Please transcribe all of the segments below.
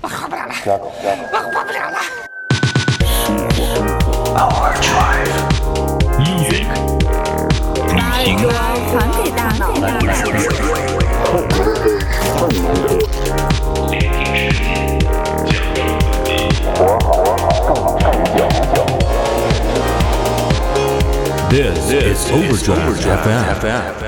我活不了了，我活不了了。 Our drive music 把主传给大脑。 This is Overdrive FM.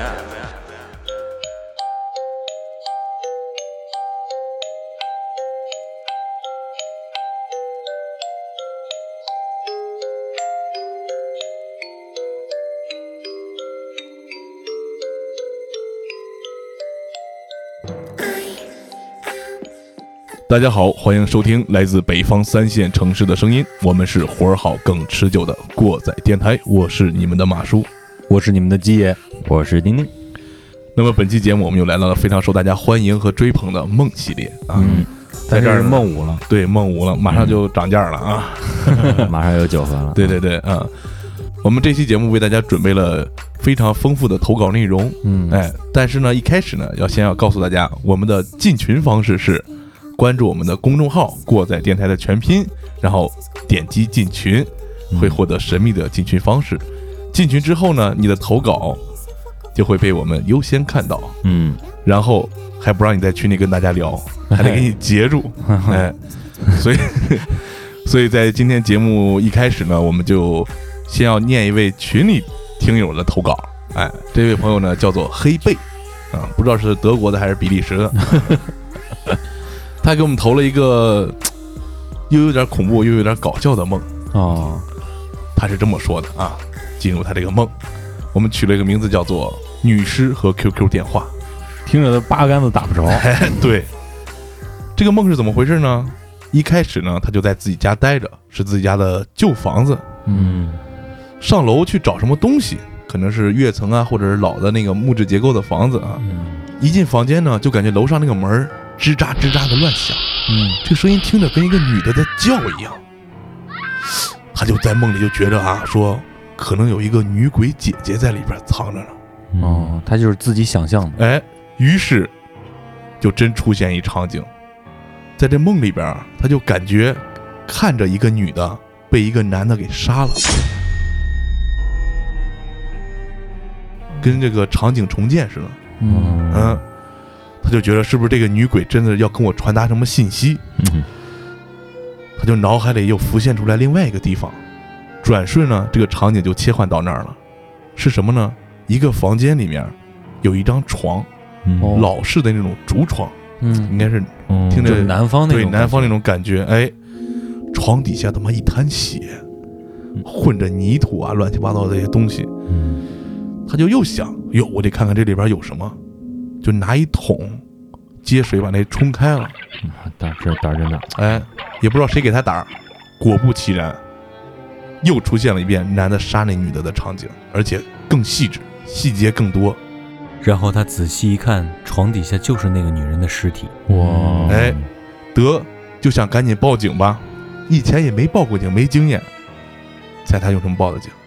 大家好，欢迎收听来自北方3线城市的声音，我们是活儿好更持久的过载电台，我是你们的马叔， 我是你们的鸡爷，我是丁丁。 那么本期节目我们又来到了非常受大家欢迎和追捧的梦系列啊，在这儿梦五了， 对，梦五了，马上就涨价了啊， 马上有9分了， 对对对啊，我们这期节目为大家准备了非常丰富的投稿内容，但是呢，一开始呢，先要告诉大家，我们的进群方式是关注我们的公众号过载电台的全拼，然后点击进群，会获得神秘的进群方式。进群之后呢，你的投稿就会被我们优先看到，然后还不让你在群里跟大家聊，还得给你截住，所以在今天节目一开始呢，我们就先要念一位群里听友的投稿，这位朋友呢叫做黑贝，不知道是德国的还是比利时的。他给我们投了一个又有点恐怖又有点搞笑的梦哦， 他是这么说的啊，进入他这个梦，我们取了一个名字叫做女尸和 QQ 电话， 听着都八竿子打不着。 对，这个梦是怎么回事呢？一开始呢，他就在自己家待着，是自己家的旧房子，上楼去找什么东西，可能是跃层啊，或者是老的那个木质结构的房子啊，一进房间呢，就感觉楼上那个门吱喳吱喳的乱响，这个声音听着跟一个女的在叫一样，他就在梦里就觉得啊，说可能有一个女鬼姐姐在里边藏着呢。 他就是自己想象的。 于是就真出现一场景，在这梦里边，他就感觉看着一个女的被一个男的给杀了，跟这个场景重建似的。他就觉得是不是这个女鬼真的要跟我传达什么信息？他就脑海里又浮现出来另外一个地方，转瞬呢，这个场景就切换到那儿了。是什么呢？一个房间里面有一张床，老式的那种竹床，应该是听着南方那种， 对，南方那种感觉。床底下他妈一滩血，混着泥土啊，乱七八糟的这些东西。他就又想，我得看看这里边有什么。就拿一桶接水把那冲开了， 胆真大， 也不知道谁给他胆，果不其然，又出现了一遍男的杀那女的的场景，而且更细致，细节更多。 然后他仔细一看，床底下就是那个女人的尸体。 哇！ 就想赶紧报警吧，以前也没报过警，没经验。猜他用什么报的警？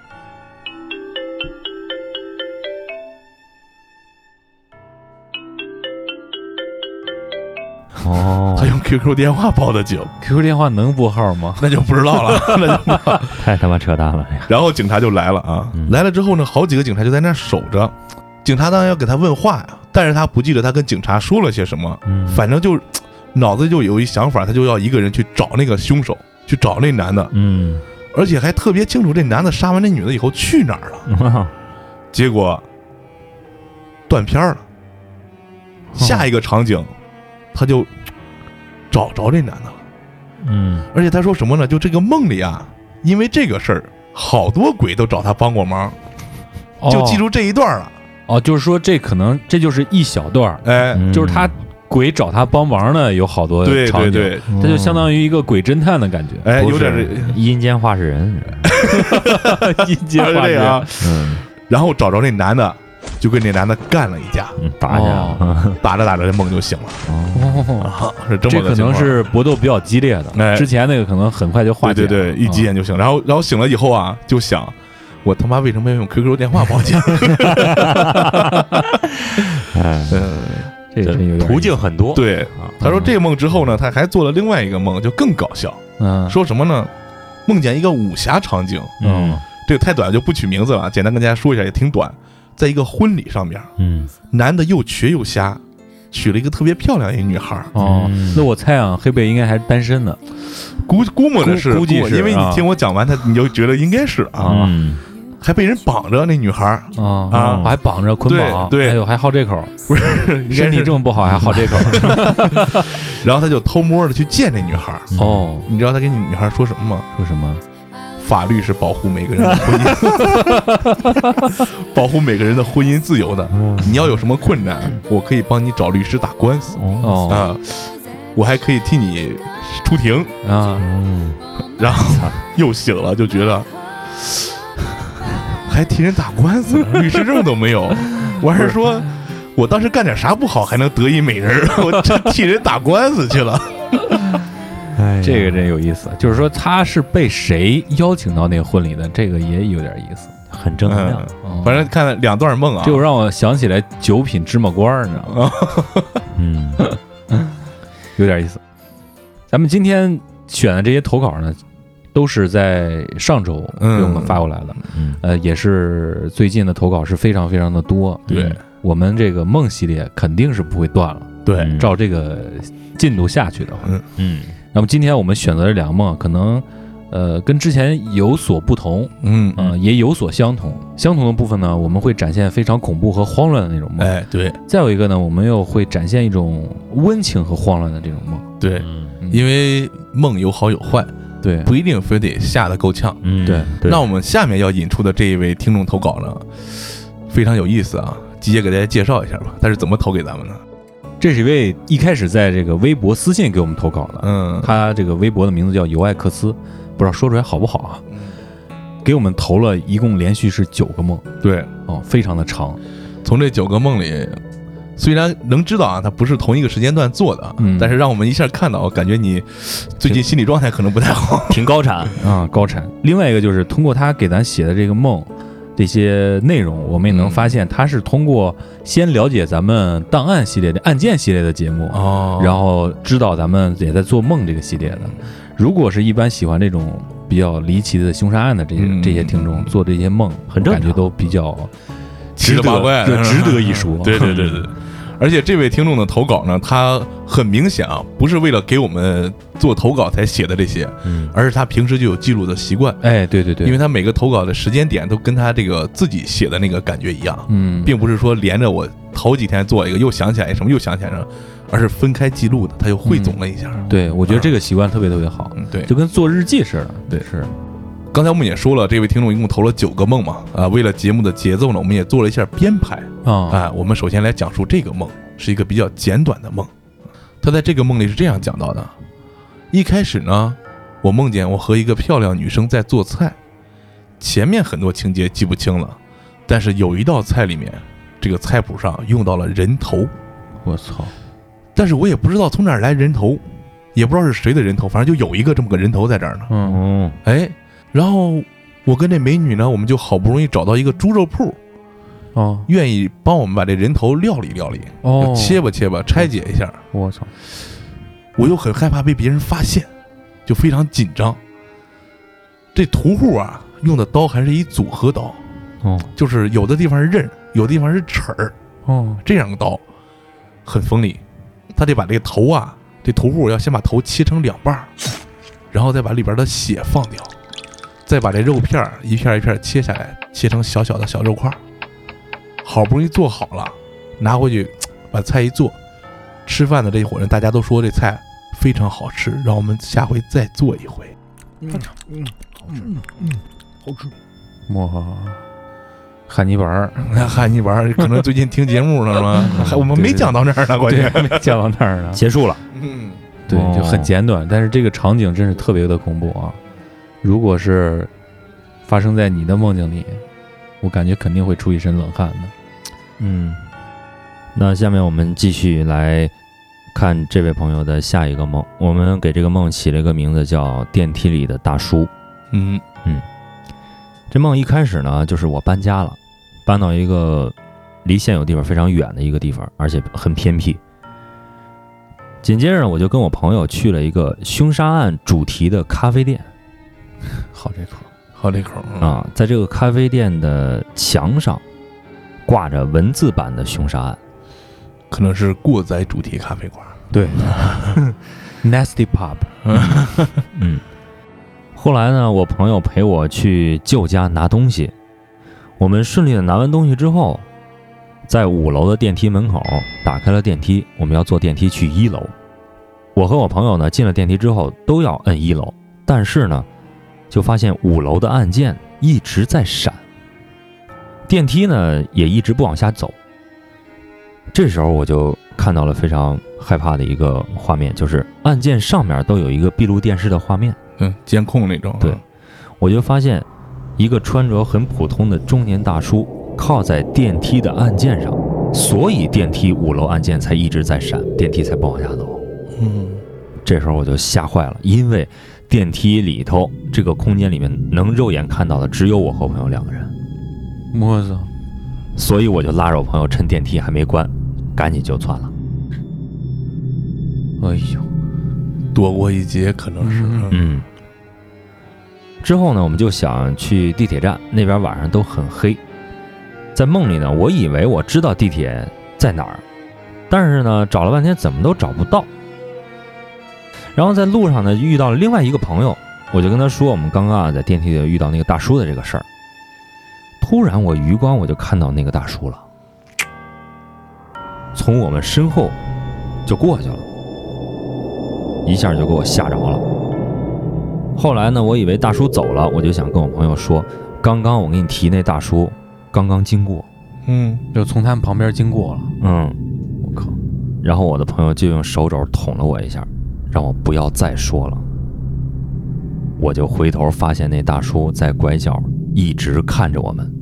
他用 QQ 电话报的警。 QQ 电话能拨号吗？ 那就不知道了。 太他妈扯淡了。 然后警察就来了啊，来了之后呢，好几个警察就在那儿守着，警察当然要给他问话呀，但是他不记得他跟警察说了些什么，反正就脑子就有一想法，他就要一个人去找那个凶手，去找那男的，而且还特别清楚这男的杀完那女的以后去哪儿了，结果断片了。下一个场景他就找着这男的了，而且他说什么呢？就这个梦里啊，因为这个事儿，好多鬼都找他帮过忙，就记住这一段了。 就是说这可能这就是一小段，就是他鬼找他帮忙呢，有好多场景， 对， 他就相当于一个鬼侦探的感觉， 有点阴间话事人，阴间话事人， 然后找着那男的。就跟那男的干了一架， 打着这梦就醒了。是这么个情况。 这可能是搏斗比较激烈的，之前那个可能很快就化解了。 对，一急眼就醒。然后醒了以后啊，就想我他妈为什么要用 QQ 电话报警？ 这个真有点途径很多。 对，他说这个梦之后呢，他还做了另外一个梦，就更搞笑。说什么呢？梦见一个武侠场景。这个太短了，就不取名字了，简单跟大家说一下，也挺短。在一个婚礼上面，男的又瘸又瞎，娶了一个特别漂亮一女孩。 那我猜啊，黑贝应该还是单身的， 估摸着是， 估计是， 因为你听我讲完，你就觉得应该是啊。还被人绑着那女孩还绑着捆绑， 对， 哎呦，还好这口， 不是身体这么不好还好这口。 然后他就偷摸的去见那女孩。你知道他跟女孩说什么吗？ 说什么？ 法律是保护每个人的婚姻，保护每个人的婚姻自由的。你要有什么困难，我可以帮你找律师打官司。我还可以替你出庭啊。然后又醒了，就觉得还替人打官司，律师证都没有。我还是说我当时干点啥不好还能得一美人，我这替人打官司去了。 这个真有意思，就是说他是被谁邀请到那个婚礼的，这个也有点意思， 很正能量。 反正看了2段梦啊， 就让我想起来9品芝麻官，你知道吗？有点意思。咱们今天选的这些投稿呢，都是在上周给我们发过来的，也是最近的投稿是非常非常的多。 对， 我们这个梦系列肯定是不会断了。 对， 照这个进度下去的话，那么今天我们选择的2个梦，可能跟之前有所不同，也有所相同。相同的部分呢，我们会展现非常恐怖和慌乱的那种梦。 对。 再有一个呢，我们又会展现一种温情和慌乱的这种梦。 对，因为梦有好有坏， 对， 不一定非得吓得够呛。 对。 那我们下面要引出的这一位听众投稿呢，非常有意思啊，直接给大家介绍一下吧。他是怎么投给咱们的？ 这是一位一开始在这个微博私信给我们投稿的，他这个微博的名字叫尤爱克斯，不知道说出来好不好啊？给我们投了一共连续是9个梦， 对， 非常的长。 从这9个梦里，虽然能知道啊，它不是同一个时间段做的，但是让我们一下看到，感觉你最近心理状态可能不太好， 挺高产啊，高产。另外一个就是通过他给咱写的这个梦。这些内容我们也能发现，他是通过先了解咱们档案系列的案件系列的节目，然后知道咱们也在做梦这个系列的。如果是一般喜欢这种比较离奇的凶杀案的这些听众做这些梦， 很正常， 感觉都比较值得值得一说。 对。而且这位听众的投稿呢，他很明显啊，不是为了给我们做投稿才写的这些，而是他平时就有记录的习惯。 对， 因为他每个投稿的时间点都跟他这个自己写的那个感觉一样，并不是说连着我头几天做一个又想起来什么又想起来什么，而是分开记录的，他又汇总了一下。 对，我觉得这个习惯特别特别好， 对， 就跟做日记似的。 对，是。刚才我们也说了，这位听众一共投了9个梦嘛，为了节目的节奏呢，我们也做了一下编排我们首先来讲述这个梦，是一个比较简短的梦。他在这个梦里是这样讲到的：一开始呢，我梦见我和一个漂亮女生在做菜，前面很多情节记不清了，但是有一道菜里面，这个菜谱上用到了人头。 我操！ 但是我也不知道从哪儿来人头，也不知道是谁的人头，反正就有一个这么个人头在这儿呢。然后我跟这美女呢，我们就好不容易找到一个猪肉铺，愿意帮我们把这人头料理料理，切吧切吧，拆解一下。 我操！ 我又很害怕被别人发现，就非常紧张。这屠户啊，用的刀还是一组合刀，就是有的地方是刃，有的地方是齿儿，这样的刀很锋利。他得把这个头啊，这屠户要先把头切成2半，然后再把里边的血放掉。再把这肉片一片一片切下来，切成小小的小肉块，好不容易做好了，拿回去把菜一做，吃饭的这一伙人大家都说这菜非常好吃，让我们下回再做一回。 好吃。 哇，汉尼拔， 汉尼拔可能最近听节目了是吗？我们没讲到那儿呢，关键没讲到那儿呢， 结束了。 对，就很简短，但是这个场景真是特别的恐怖啊！如果是发生在你的梦境里，我感觉肯定会出一身冷汗的。 那下面我们继续来看这位朋友的下一个梦。我们给这个梦起了一个名字叫电梯里的大叔。这梦一开始呢，就是我搬家了，搬到一个离现有地方非常远的一个地方，而且很偏僻。 紧接着我就跟我朋友去了一个凶杀案主题的咖啡店。 好这口， 好这口啊！在这个咖啡店的墙上挂着文字版的凶杀案， 可能是过载主题咖啡馆。 对，Nasty Pub。 后来呢，我朋友陪我去舅家拿东西，我们顺利的拿完东西之后，在5楼的电梯门口打开了电梯，我们要坐电梯去1楼。我和我朋友呢进了电梯之后都要摁1楼，但是呢，就发现5楼的按键一直在闪，电梯呢也一直不往下走。这时候我就看到了非常害怕的一个画面，就是按键上面都有一个闭路电视的画面， 监控那种。 对，我就发现一个穿着很普通的中年大叔靠在电梯的按键上，所以电梯5楼按键才一直在闪，电梯才不往下走。这时候我就吓坏了，因为电梯里头这个空间里面能肉眼看到的只有我和我朋友2个人。 我操！ 所以我就拉着我朋友趁电梯还没关，赶紧就窜了。 哎呦， 躲过一劫可能是。 之后呢，我们就想去地铁站，那边晚上都很黑。在梦里呢，我以为我知道地铁在哪儿，但是呢，找了半天怎么都找不到。然后在路上呢，遇到了另外一个朋友，我就跟他说我们刚刚在电梯里遇到那个大叔的这个事儿。突然我余光我就看到那个大叔了，从我们身后就过去了，一下就给我吓着了。后来呢，我以为大叔走了，我就想跟我朋友说，刚刚我给你提那大叔刚刚经过， 就从他们旁边经过了。 我靠！然后我的朋友就用手肘捅了我一下，让我不要再说了。我就回头发现那大叔在拐角一直看着我们，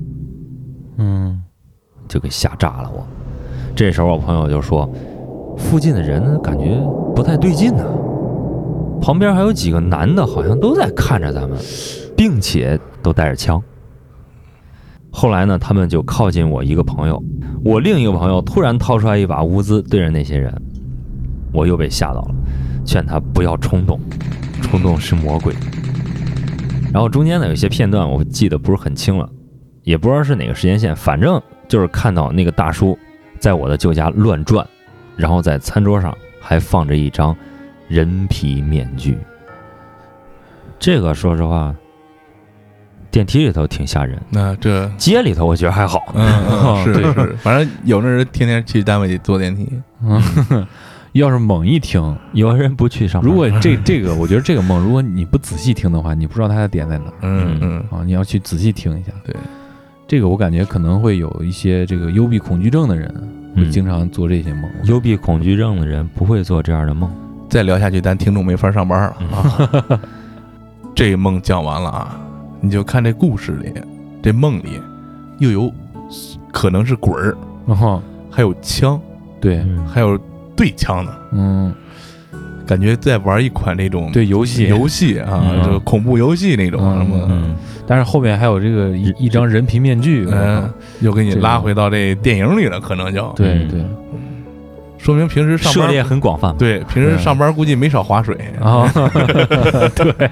就给吓炸了我。这时候我朋友就说，附近的人感觉不太对劲呢，旁边还有几个男的好像都在看着咱们，并且都带着枪。后来呢，他们就靠近我一个朋友，我另一个朋友突然掏出来一把乌兹对着那些人，我又被吓到了，劝他不要冲动，冲动是魔鬼。然后中间呢有些片段我记得不是很清了，也不知道是哪个时间线，反正就是看到那个大叔在我的舅家乱转，然后在餐桌上还放着一张人皮面具。这个说实话，电梯里头挺吓人， 那这街里头我觉得还好。 是，反正有的人天天去单位里坐电梯。 要是猛一听， 有人不去上班。 如果这个，我觉得这个梦，如果你不仔细听的话，你不知道它的点在哪。你要去仔细听一下。 对， 这个我感觉可能会有一些这个幽闭恐惧症的人会经常做这些梦。 幽闭恐惧症的人不会做这样的梦。 再聊下去，咱听众没法上班了。这梦讲完了啊，你就看这故事里，这梦里又有可能是鬼儿，还有枪， 对， 还有对枪的，感觉在玩一款那种对游戏啊，就恐怖游戏那种什么， 但是后面还有这个一张人皮面具， 又给你拉回到这电影里了，可能就对， 说明平时上班涉猎很广泛。 对，平时上班估计没少划水啊。对，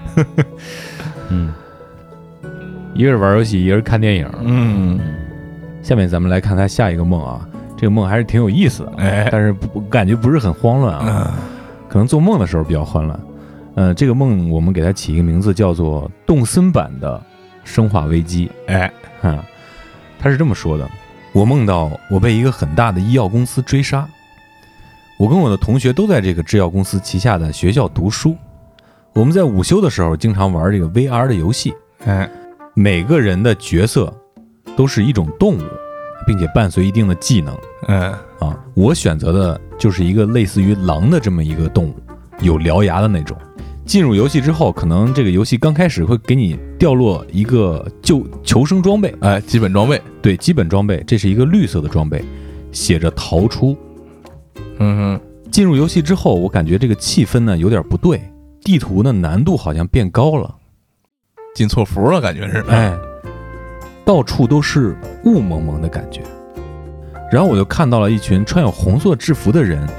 一个是玩游戏，一个是看电影。下面咱们来看他下一个梦啊。这个梦还是挺有意思的，但是感觉不是很慌乱啊，可能做梦的时候比较慌乱。这个梦我们给它起一个名字，叫做动森版的生化危机。他是这么说的：我梦到我被一个很大的医药公司追杀，我跟我的同学都在这个制药公司旗下的学校读书，我们在午休的时候经常玩这个 VR 的游戏，每个人的角色都是一种动物，并且伴随一定的技能。我选择的就是一个类似于狼的这么一个动物，有獠牙的那种。进入游戏之后，可能这个游戏刚开始会给你掉落一个求生装备， 基本装备。 对，基本装备，这是一个绿色的装备，写着逃出。进入游戏之后，我感觉这个气氛呢有点不对，地图呢难度好像变高了， 进错服了，感觉是。 到处都是雾蒙蒙的感觉。然后我就看到了一群穿有红色制服的人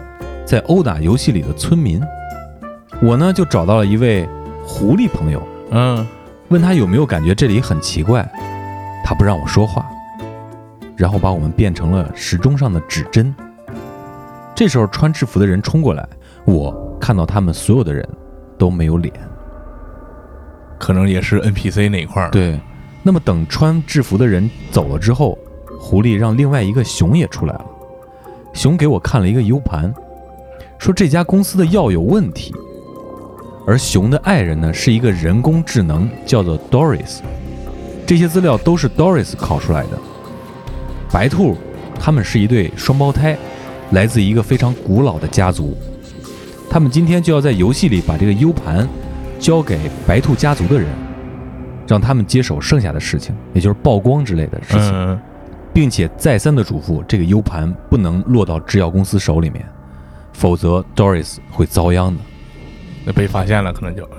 在殴打游戏里的村民。我呢就找到了一位狐狸朋友，问他有没有感觉这里很奇怪，他不让我说话，然后把我们变成了时钟上的指针。这时候穿制服的人冲过来，我看到他们所有的人都没有脸， 可能也是 NPC 那一块儿。 对，那么等穿制服的人走了之后，狐狸让另外一个熊也出来了。熊给我看了一个 U 盘，说这家公司的药有问题，而熊的爱人呢是一个人工智能，叫做 Doris。这些资料都是 Doris 考出来的。白兔他们是一对双胞胎，来自一个非常古老的家族。他们今天就要在游戏里把这个 U 盘交给白兔家族的人，让他们接手剩下的事情，也就是曝光之类的事情，并且再三的嘱咐这个 U 盘不能落到制药公司手里面，否则 Doris 会遭殃的。 那被发现了，可能就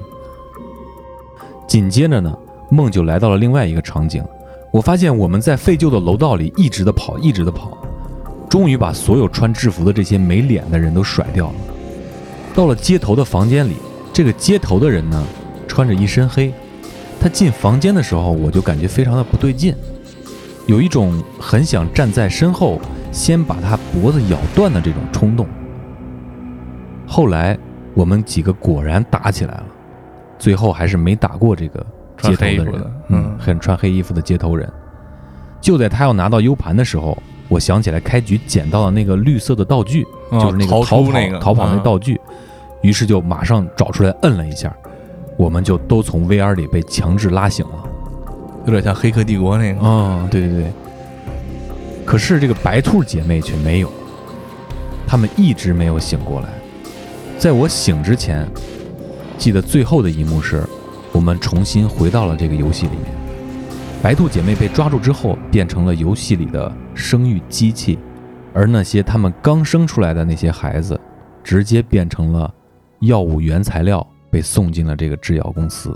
紧接着呢，梦就来到了另外一个场景。我发现我们在废旧的楼道里一直的跑，终于把所有穿制服的这些没脸的人都甩掉了。到了街头的房间里，这个街头的人呢穿着一身黑，他进房间的时候我就感觉非常的不对劲，有一种很想站在身后先把他脖子咬断的这种冲动。后来我们几个果然打起来了，最后还是没打过这个街头的人，很穿黑衣服的街头人。就在他要拿到 U 盘的时候，我想起来开局捡到了那个绿色的道具，就是那个逃跑那道具，于是就马上找出来摁了一下，我们就都从 VR 里被强制拉醒了， 有点像黑客帝国那个。 对。可是这个白兔姐妹却没有，她们一直没有醒过来。在我醒之前，记得最后的一幕是我们重新回到了这个游戏里面。白兔姐妹被抓住之后变成了游戏里的生育机器，而那些他们刚生出来的那些孩子直接变成了药物原材料，被送进了这个制药公司。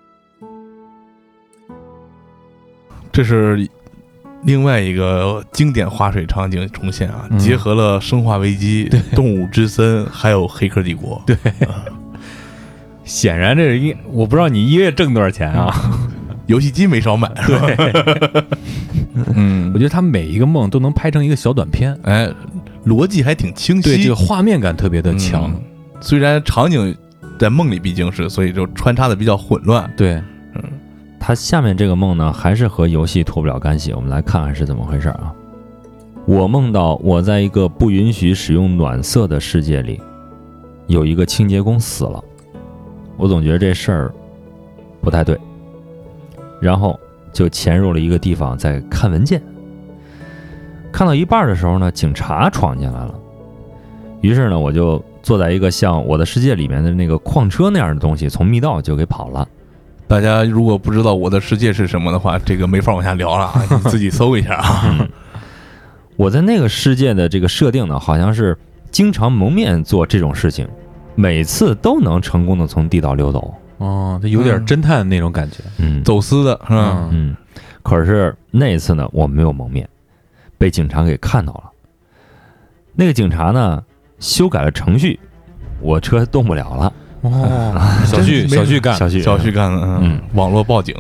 这是另外一个经典划水场景重现啊，结合了生化危机、动物之森还有黑客帝国。 对，显然这是我不知道你一个月挣多少钱啊， 游戏机没少买。 对，我觉得他每一个梦都能拍成一个小短片， 逻辑还挺清晰， 对，这个画面感特别的强。 虽然场景在梦里毕竟是，所以就穿插的比较混乱。 对， 他下面这个梦呢，还是和游戏脱不了干系。我们来看看是怎么回事啊。我梦到我在一个不允许使用暖色的世界里，有一个清洁工死了。我总觉得这事儿不太对，然后就潜入了一个地方在看文件。看到一半的时候呢，警察闯进来了。于是呢，我就坐在一个像《我的世界》里面的那个矿车那样的东西，从密道就给跑了。 大家如果不知道《我的世界》是什么的话，这个没法往下聊了啊，你自己搜一下啊。 我在那个世界的这个设定呢，好像是经常蒙面做这种事情，每次都能成功的从地道溜走。 它有点侦探那种感觉， 走私的是吧？ 可是那一次呢，我没有蒙面，被警察给看到了。那个警察呢，修改了程序，我车动不了了。 小旭干的，网络报警。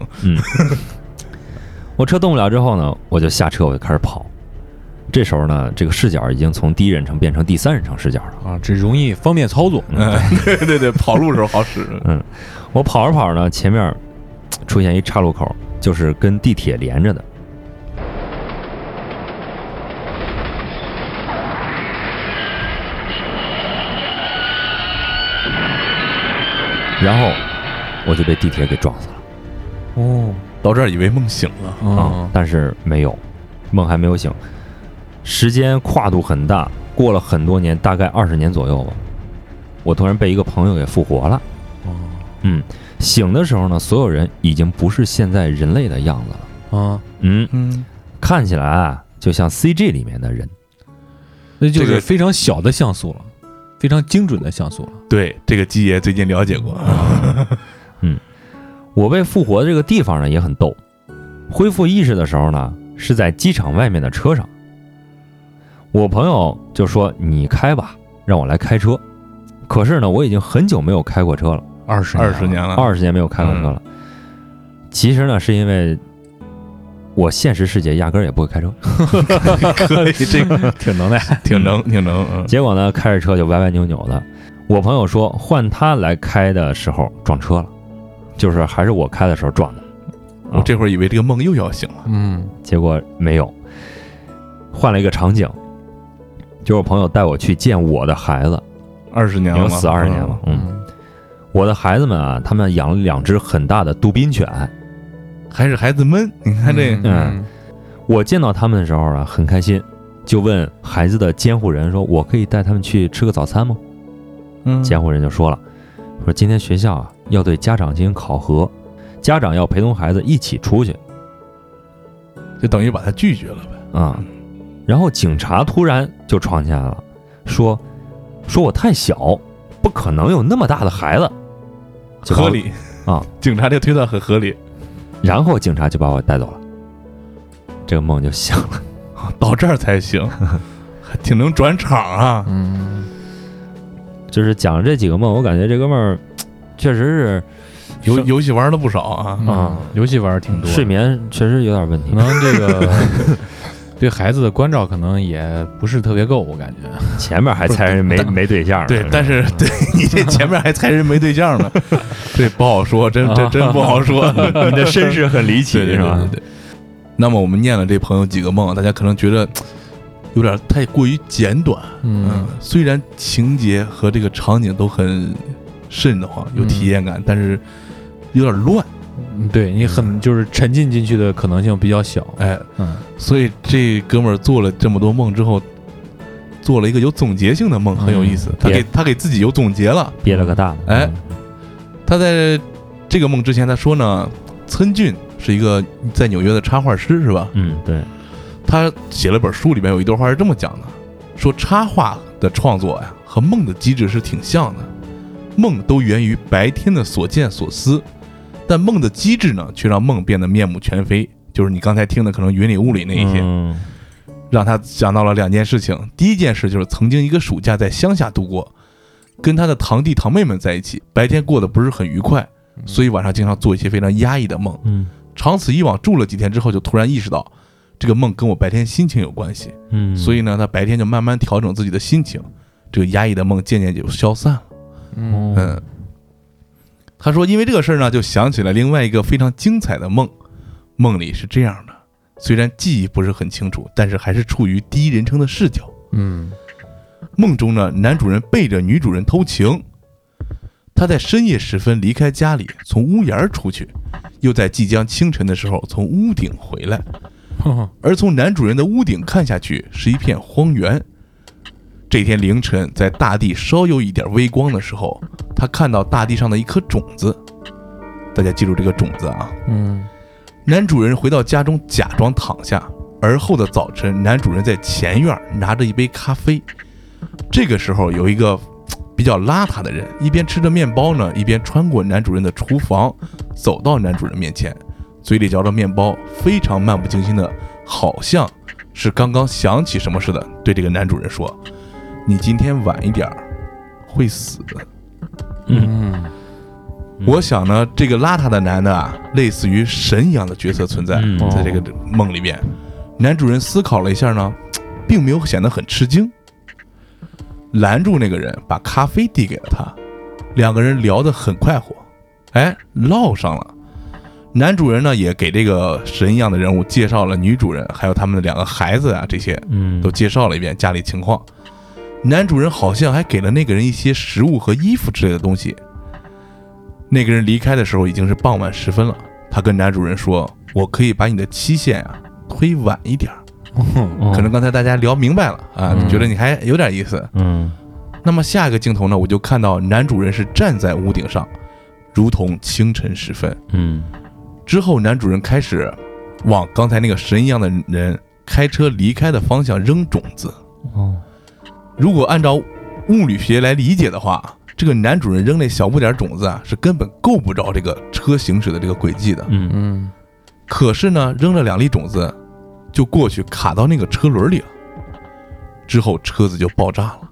我车动不了之后呢，我就下车，我就开始跑。这时候呢，这个视角已经从第一人称变成第三人称视角了啊，这容易方便操作。 对，跑路的时候好使。 我跑着跑着呢，前面出现一岔路口，就是跟地铁连着的。然后我就被地铁给撞死了。 到这儿以为梦醒了但是没有，梦还没有醒。时间跨度很大，过了很多年，大概20年左右吧。我突然被一个朋友给复活了。醒的时候呢，所有人已经不是现在人类的样子了。看起来啊，就像 CG 里面的人， 那就是非常小的像素了。非常精准的像素了。 对，这个基爷最近了解过。 我被复活的这个地方呢也很逗。恢复意识的时候呢，是在机场外面的车上。我朋友就说你开吧， 让我来开车。可是呢，我已经很久没有开过车了 20年了 ，20年没有开过车了。其实呢，是因为我现实世界压根儿也不会开车， 可以，这个挺能耐， 挺能。 结果呢，开着车就歪歪扭扭的。我朋友说换他来开的时候撞车了，就是还是我开的时候撞的。 我这会儿以为这个梦又要醒了， 结果没有，换了一个场景，就是我朋友带我去见我的孩子 ，20年了， 已经死20年了。我的孩子们啊，他们养了2只很大的杜宾犬， 还是孩子们，你看这， 我见到他们的时候啊，很开心，就问孩子的监护人说：“我可以带他们去吃个早餐吗？”监护人就说了：“说今天学校啊要对家长进行考核，家长要陪同孩子一起出去。” 就等于把他拒绝了呗。 然后警察突然就闯进来了，说我太小，不可能有那么大的孩子。 合理啊， 警察这个推断很合理。 然后警察就把我带走了，这个梦就醒了。 到这儿才行，还挺能转场啊。 就是讲了这几个梦，我感觉这哥们儿确实是游戏玩的不少啊。 游戏玩挺多， 睡眠确实有点问题， 可能这个对孩子的关照可能也不是特别够，我感觉前面还猜人没对象， 对，但是对你这前面还猜人没对象呢，这不好说，真不好说。 你的身世很离奇，是吧？ 对。那么我们念了这朋友几个梦，大家可能觉得有点太过于简短。虽然情节和这个场景都很瘆得慌，有体验感，但是有点乱。 对你就是沉浸进去的可能性比较小。 所以这哥们儿做了这么多梦之后，做了一个有总结性的梦，很有意思。他给自己有总结了， 憋了个大的。 他在这个梦之前他说呢，村俊是一个在纽约的插画师，是吧？ 对。 他写了本书，里面有一段话是这么讲的，说插画的创作呀和梦的机制是挺像的，梦都源于白天的所见所思，但梦的机制呢却让梦变得面目全非，就是你刚才听的可能云里雾里那一些。让他想到了2件事情。第一件事就是曾经一个暑假在乡下度过，跟他的堂弟堂妹们在一起，白天过得不是很愉快，所以晚上经常做一些非常压抑的梦。长此以往住了几天之后，就突然意识到这个梦跟我白天心情有关系。所以呢他白天就慢慢调整自己的心情，这个压抑的梦渐渐就消散了。他说因为这个事儿呢，就想起了另外一个非常精彩的梦。梦里是这样的，虽然记忆不是很清楚，但是还是处于第一人称的视角。梦中呢，男主人背着女主人偷情，他在深夜时分离开家里，从屋檐出去，又在即将清晨的时候从屋顶回来。而从男主人的屋顶看下去是一片荒原。这天凌晨，在大地稍有一点微光的时候，他看到大地上的一颗种子。大家记住这个种子啊。男主人回到家中假装躺下，而后的早晨，男主人在前院拿着一杯咖啡。这个时候有一个比较邋遢的人，一边吃着面包呢，一边穿过男主人的厨房，走到男主人面前，嘴里嚼着面包，非常漫不经心的，好像是刚刚想起什么似的，对这个男主人说：“你今天晚一点会死。”我想呢，这个邋遢的男的啊，类似于神一样的角色存在，在这个梦里边。男主人思考了一下呢，并没有显得很吃惊，拦住那个人，把咖啡递给了他。2个人聊得很快活，唠上了。男主人呢，也给这个神一样的人物介绍了女主人，还有他们的2个孩子啊，这些都介绍了一遍家里情况。男主人好像还给了那个人一些食物和衣服之类的东西。那个人离开的时候已经是傍晚时分了，他跟男主人说：“我可以把你的期限啊推晚一点。”可能刚才大家聊明白了啊，觉得你还有点意思。那么下一个镜头呢，我就看到男主人是站在屋顶上，如同清晨时分。之后男主人开始往刚才那个神一样的人开车离开的方向扔种子。如果按照物理学来理解的话，这个男主人扔那小不点种子啊，是根本够不着这个车行驶的这个轨迹的。可是呢，扔了2粒种子，就过去卡到那个车轮里了，之后车子就爆炸了。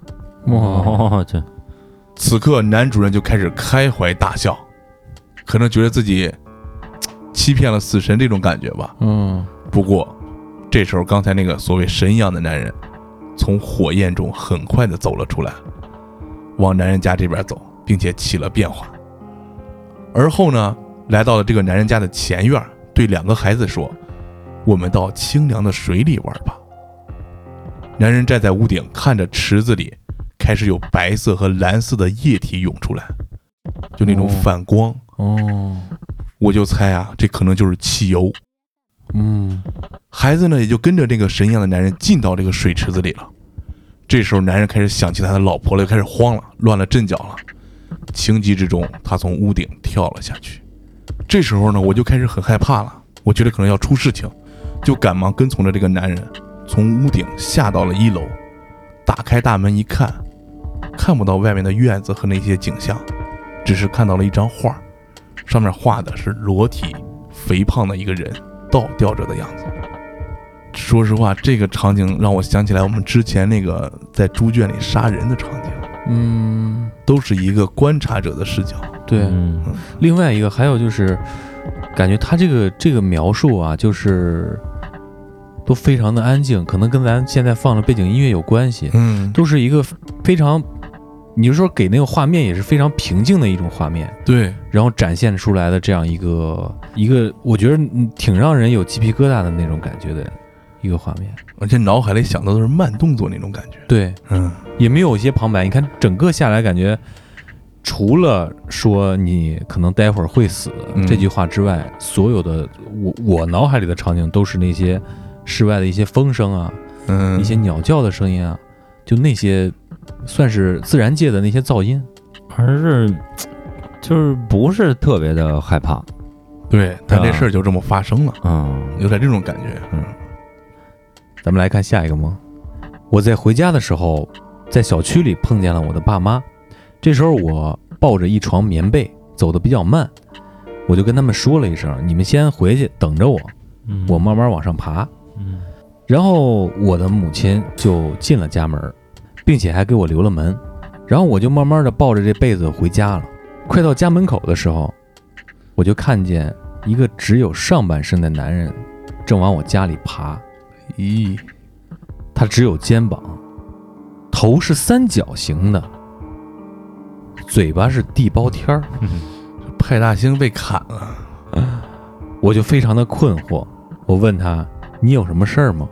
哦，这此刻男主人就开始开怀大笑，可能觉得自己欺骗了死神这种感觉吧。不过这时候刚才那个所谓神一样的男人从火焰中很快的走了出来，往男人家这边走，并且起了变化。而后呢，来到了这个男人家的前院，对2个孩子说，我们到清凉的水里玩吧。男人站在屋顶，看着池子里开始有白色和蓝色的液体涌出来，就那种反光。我就猜啊，这可能就是汽油。孩子呢也就跟着这个神一样的男人进到这个水池子里了。这时候男人开始想起他的老婆了，就开始慌了，乱了阵脚了。情急之中，他从屋顶跳了下去。这时候呢，我就开始很害怕了，我觉得可能要出事情，就赶忙跟从着这个男人从屋顶下到了1楼。打开大门一看，看不到外面的院子和那些景象，只是看到了一张画，上面画的是裸体肥胖的一个人倒吊着的样子。说实话，这个场景让我想起来我们之前那个在猪圈里杀人的场景。都是一个观察者的视角。 对，另外一个还有就是，感觉他这个描述啊，就是都非常的安静，可能跟咱现在放的背景音乐有关系。都是一个非常，你就说给那个画面也是非常平静的一种画面。 对， 然后展现出来的这样一个，我觉得挺让人有鸡皮疙瘩的那种感觉的一个画面， 而且脑海里想的都是慢动作那种感觉。 对，也没有一些旁白。你看整个下来，感觉除了说你可能待会儿会死这句话之外，所有的我脑海里的场景都是那些室外的一些风声啊，一些鸟叫的声音啊，就那些算是自然界的那些噪音， 而是就是不是特别的害怕。 对，但这事儿就这么发生了，有点这种感觉。 咱们来看下一个吗？我在回家的时候，在小区里碰见了我的爸妈。这时候我抱着一床棉被，走得比较慢，我就跟他们说了一声：“你们先回去等着我，我慢慢往上爬。”然后我的母亲就进了家门，并且还给我留了门。然后我就慢慢的抱着这被子回家了。快到家门口的时候，我就看见一个只有上半身的男人正往我家里爬。咦，他只有肩膀，头是三角形的，嘴巴是地包天儿。 派大星被砍了， 我就非常的困惑。我问他：“你有什么事儿吗？”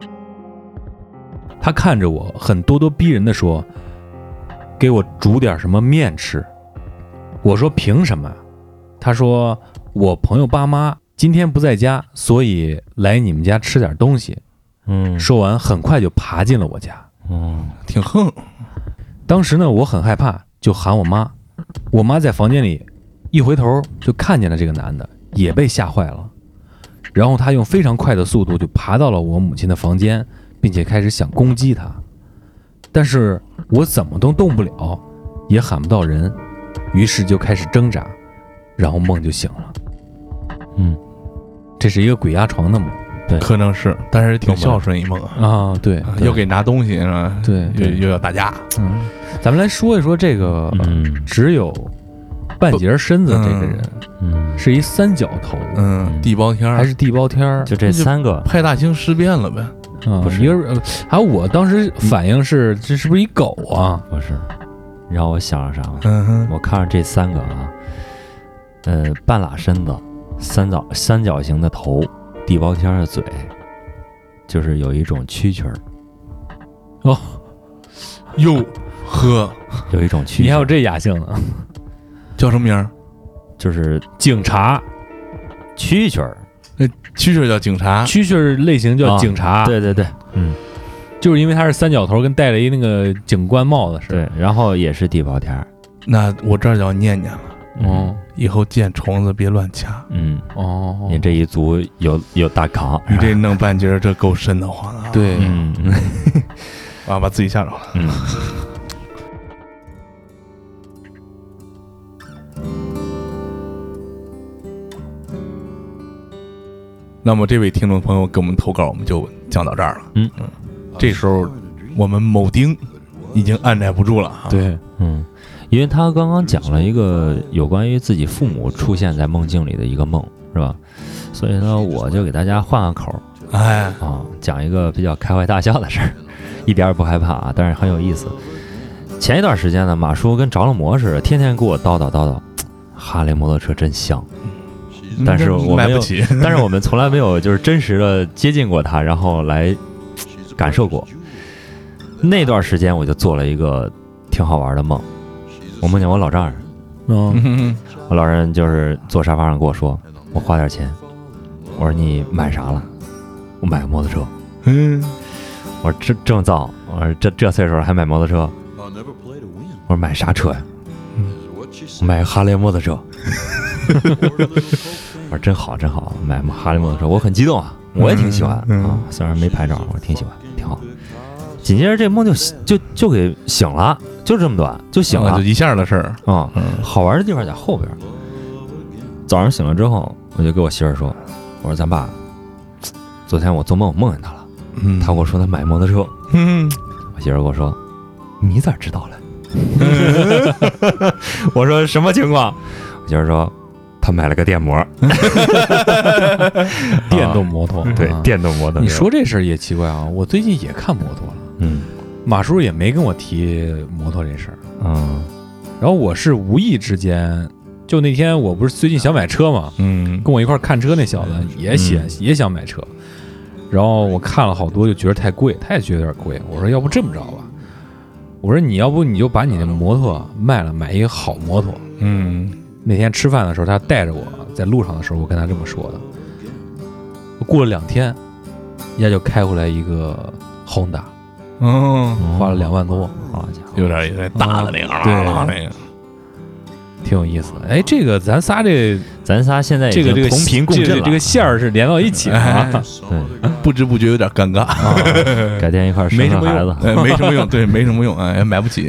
他看着我，很咄咄逼人的说：“给我煮点什么面吃。”我说：“凭什么？”他说：“我朋友爸妈今天不在家，所以来你们家吃点东西。”说完很快就爬进了我家。 挺横。 当时呢，我很害怕，就喊我妈。我妈在房间里一回头就看见了这个男的，也被吓坏了。然后他用非常快的速度就爬到了我母亲的房间，并且开始想攻击她。但是我怎么都动不了，也喊不到人，于是就开始挣扎，然后梦就醒了。这是一个鬼压床的梦。对， 可能是，但是挺孝顺一梦啊。对， 又给拿东西是吧？ 对， 又要打架。 咱们来说一说这个，只有半截身子这个人，是一三角头， 地包天还是地包天？ 就这3个， 派大星尸变了呗？ 不是，一个还有我当时反应是，这是不是一狗啊？ 不是，你让我想啥？我看着这3个啊，半拉身子，三角形的头。地包天的嘴，就是有一种蛐蛐儿。 哟呵， 有一种蛐蛐儿。 你还有这雅兴呢？ 叫什么名儿？ 就是警察。 蛐蛐儿。 蛐蛐儿叫警察。 蛐蛐儿类型叫警察。 对对对， 就是因为他是三角头，跟戴了一那个警官帽子似的。 对，然后也是地包天。 那我这儿就要念念了。以后见虫子别乱掐。 你这一族有大扛， 你这弄半截，这够深的慌啊。 对， 把自己吓着了。那么这位听众朋友给我们投稿，我们就讲到这儿了。这时候我们某丁已经按耐不住了。 对， 因为他刚刚讲了一个有关于自己父母出现在梦境里的一个梦，是吧？所以呢，我就给大家换个口，讲一个比较开怀大笑的事儿，一点也不害怕啊，但是很有意思。前一段时间呢，马叔跟着了魔似的，天天给我叨叨，哈雷摩托车真香。但是我买不起， 但是我们从来没有就是真实的接近过它，然后来感受过。那段时间我就做了一个挺好玩的梦，我梦见我老丈人，我老人就是坐沙发上跟我说，我花点钱，我说你买啥了？我买个摩托车。我说正造，我说这岁数了还买摩托车？我说买啥车呀？我买个哈雷摩托车。我说真好，买哈雷摩托车，我很激动啊，我也挺喜欢啊，虽然没牌照，我挺喜欢，挺好。紧接着这梦就给醒了，就这么短就醒了， 就一下的事儿啊。好玩的地方在后边。早上醒了之后，我就跟我媳妇说，我说咱爸，昨天我做梦梦见他了，他跟我说他买摩托车，我媳妇跟我说，你咋知道了？我说什么情况？我媳妇说他买了个电摩， 电动摩托， 对，电动摩托。 你说这事儿也奇怪啊，我最近也看摩托了，马叔也没跟我提摩托这事儿，然后我是无意之间，就那天我不是最近想买车嘛，跟我一块看车那小子也想买车，然后我看了好多就觉得太贵，他也觉得有点贵，我说要不这么着吧，我说你要不你就把你的摩托卖了，买一个好摩托，那天吃饭的时候，他带着我在路上的时候，我跟他这么说的。过了2天，人家就开回来一个 Honda，花了2万多，好家伙， 有点大的那个， 对， 那个挺有意思的。哎，这个咱仨现在这个同频共振了， 这个线儿是连到一起了， 对， 不知不觉有点尴尬， 改天一块生个孩子， 没什么用，对，没什么用，哎，买不起。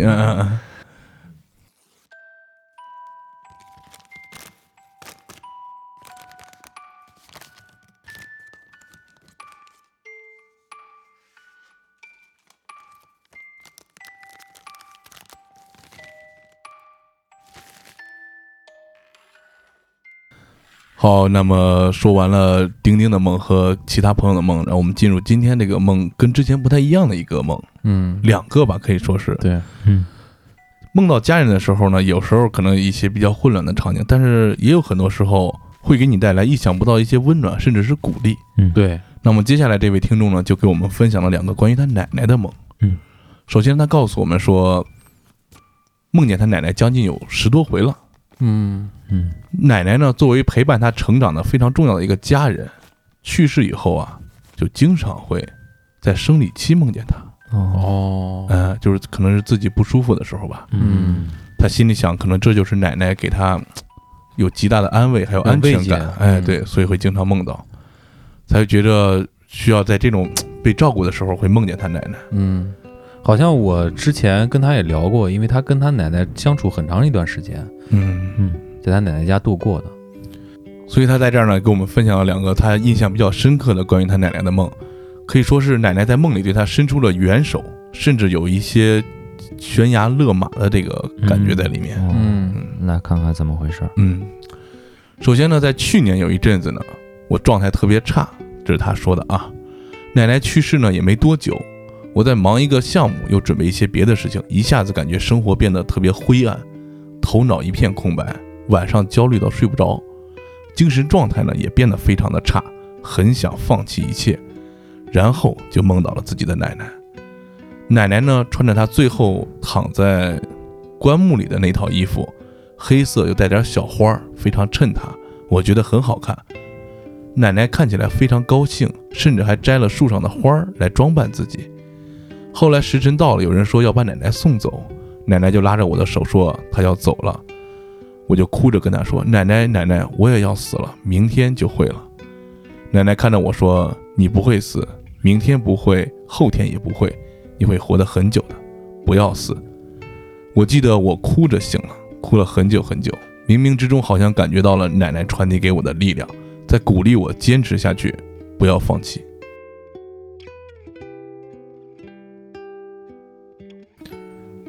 好，那么说完了丁丁的梦和其他朋友的梦，然后我们进入今天这个梦跟之前不太一样的一个梦，2个吧，可以说是对， 梦到家人的时候呢，有时候可能一些比较混乱的场景，但是也有很多时候会给你带来意想不到一些温暖，甚至是鼓励。 对。 那么接下来这位听众呢，就给我们分享了2个关于他奶奶的梦。首先他告诉我们说，梦见他奶奶将近有10多回了。奶奶呢，作为陪伴他成长的非常重要的一个家人，去世以后啊，就经常会在生理期梦见他。就是可能是自己不舒服的时候吧。他心里想，可能这就是奶奶给他有极大的安慰，还有安全感。哎，对，所以会经常梦到，才会觉得需要在这种被照顾的时候会梦见他奶奶。 好像我之前跟他也聊过，因为他跟他奶奶相处很长一段时间，在他奶奶家度过的， 所以他在这儿呢给我们分享了2个他印象比较深刻的关于他奶奶的梦，可以说是奶奶在梦里对他伸出了援手，甚至有一些悬崖勒马的这个感觉在里面。 来看看怎么回事。 首先呢，在去年有一阵子呢，我状态特别差，这是他说的啊。奶奶去世呢也没多久，我在忙一个项目，又准备一些别的事情，一下子感觉生活变得特别灰暗，头脑一片空白，晚上焦虑到睡不着，精神状态呢也变得非常的差，很想放弃一切，然后就梦到了自己的奶奶。奶奶呢穿着她最后躺在棺木里的那套衣服，黑色又带点小花，非常衬她，我觉得很好看。奶奶看起来非常高兴，甚至还摘了树上的花来装扮自己。后来时辰到了，有人说要把奶奶送走，奶奶就拉着我的手说她要走了，我就哭着跟她说，奶奶，我也要死了，明天就会了。奶奶看着我说，你不会死，明天不会，后天也不会，你会活得很久的，不要死。我记得我哭着醒了，哭了很久很久，冥冥之中好像感觉到了奶奶传递给我的力量，在鼓励我坚持下去，不要放弃。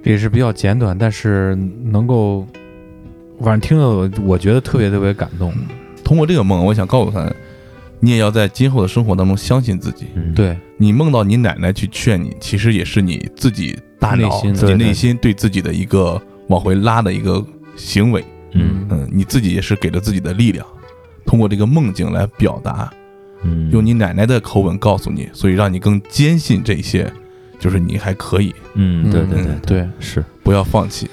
这也是比较简短，但是能够，反正听了我觉得特别特别感动。 通过这个梦，我想告诉他，你也要在今后的生活当中相信自己。 对， 你梦到你奶奶去劝你，其实也是你自己大脑、 内心自己内心对自己的一个往回拉的一个行为。你自己也是给了自己的力量，通过这个梦境来表达，用你奶奶的口吻告诉你，所以让你更坚信这些，就是你还可以。 对， 是不要放弃。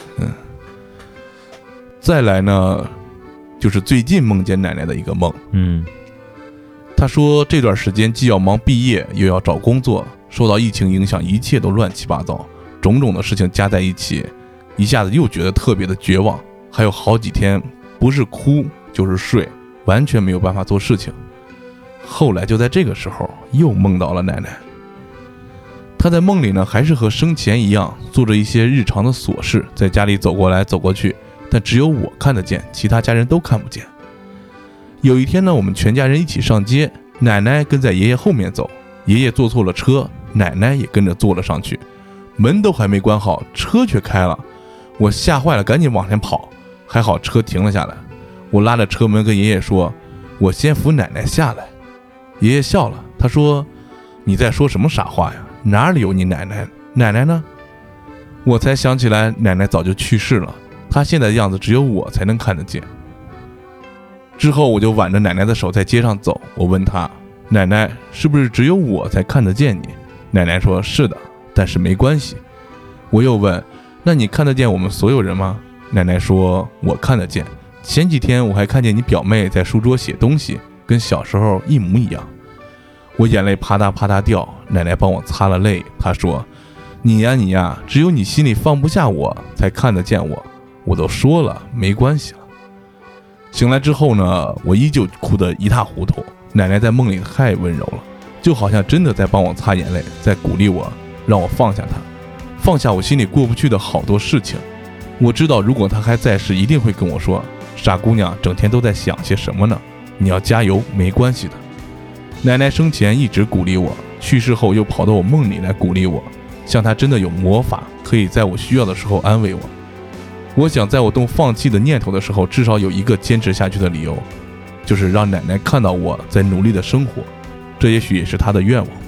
再来呢，就是最近梦见奶奶的一个梦。他说这段时间既要忙毕业，又要找工作，受到疫情影响，一切都乱七八糟，种种的事情加在一起，一下子又觉得特别的绝望。还有好几天不是哭就是睡，完全没有办法做事情。后来就在这个时候又梦到了奶奶。他在梦里呢，还是和生前一样，做着一些日常的琐事，在家里走过来走过去，但只有我看得见，其他家人都看不见。有一天呢，我们全家人一起上街，奶奶跟在爷爷后面走，爷爷坐错了车，奶奶也跟着坐了上去，门都还没关好，车却开了，我吓坏了，赶紧往前跑，还好车停了下来。我拉着车门跟爷爷说，我先扶奶奶下来。爷爷笑了，他说，你在说什么傻话呀？哪里有你奶奶？奶奶呢？我才想起来，奶奶早就去世了，她现在的样子只有我才能看得见。之后我就挽着奶奶的手在街上走，我问她，奶奶，是不是只有我才看得见你？奶奶说，是的，但是没关系。我又问，那你看得见我们所有人吗？奶奶说，我看得见，前几天我还看见你表妹在书桌写东西，跟小时候一模一样。我眼泪啪嗒啪嗒掉，奶奶帮我擦了泪，她说，你呀，只有你心里放不下我，才看得见我，我都说了，没关系了。醒来之后呢，我依旧哭得一塌糊涂，奶奶在梦里太温柔了，就好像真的在帮我擦眼泪，在鼓励我，让我放下她，放下我心里过不去的好多事情。我知道如果她还在世，一定会跟我说，傻姑娘整天都在想些什么呢？你要加油，没关系的。奶奶生前一直鼓励我，去世后又跑到我梦里来鼓励我，像她真的有魔法，可以在我需要的时候安慰我。我想在我动放弃的念头的时候，至少有一个坚持下去的理由，就是让奶奶看到我在努力的生活，这也许也是她的愿望吧。